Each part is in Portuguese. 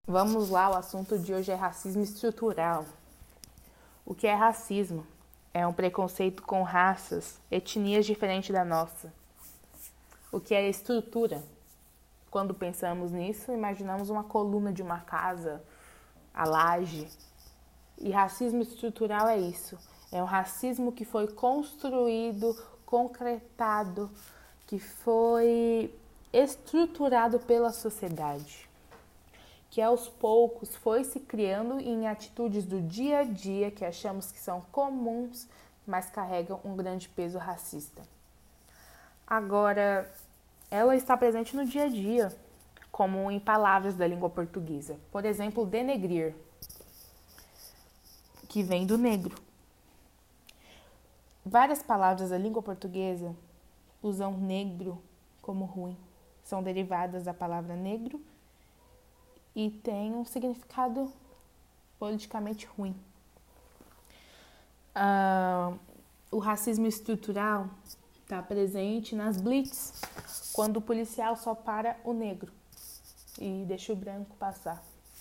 Vamos lá, o assunto de hoje é racismo estrutural. O que é racismo? É um preconceito com raças, etnias diferentes da nossa. O que é estrutura? Quando pensamos nisso, imaginamos uma coluna de uma casa, a laje. E racismo estrutural é isso. É um racismo que foi construído, concretado, que foi estruturado pela sociedade, que aos poucos foi se criando em atitudes do dia a dia que achamos que são comuns, mas carregam um grande peso racista. Agora, ela está presente no dia a dia, como em palavras da língua portuguesa. Por exemplo, denegrir, que vem do negro. Várias palavras da língua portuguesa usam negro como ruim. São derivadas da palavra negro e têm um significado politicamente ruim. O racismo estrutural está presente nas blitz, quando o policial só para o negro e deixa o branco passar.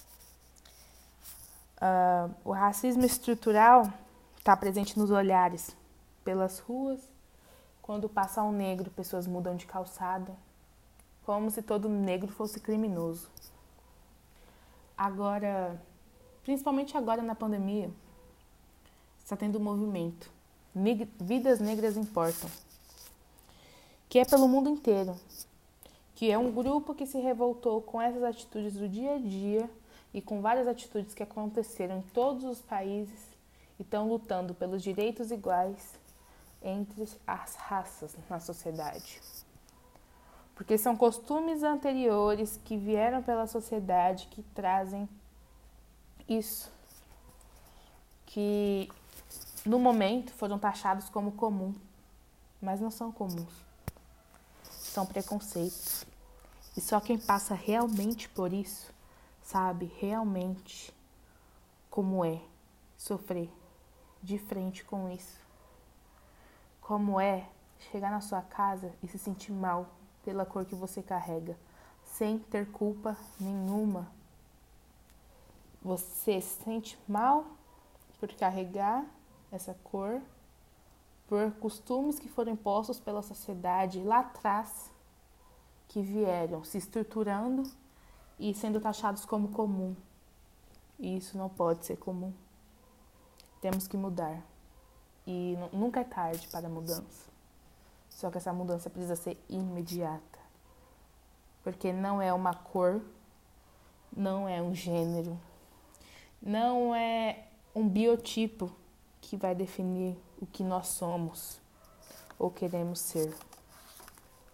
O racismo estrutural está presente nos olhares, pelas ruas, quando passa um negro, pessoas mudam de calçada, como se todo negro fosse criminoso. Agora, principalmente agora na pandemia, está tendo um movimento. Vidas Negras Importam, que é pelo mundo inteiro, que é um grupo que se revoltou com essas atitudes do dia a dia e com várias atitudes que aconteceram em todos os países e estão lutando pelos direitos iguais entre as raças na sociedade. Porque são costumes anteriores que vieram pela sociedade que trazem isso, que no momento foram taxados como comum, mas não são comuns. São preconceitos. E só quem passa realmente por isso sabe realmente como é sofrer de frente com isso. Como é chegar na sua casa e se sentir mal pela cor que você carrega, sem ter culpa nenhuma. Você se sente mal por carregar essa cor, por costumes que foram impostos pela sociedade lá atrás, que vieram se estruturando e sendo taxados como comum. E isso não pode ser comum. Temos que mudar. E nunca é tarde para a mudança. Só que essa mudança precisa ser imediata. Porque não é uma cor, não é um gênero, não é um biotipo que vai definir o que nós somos ou queremos ser.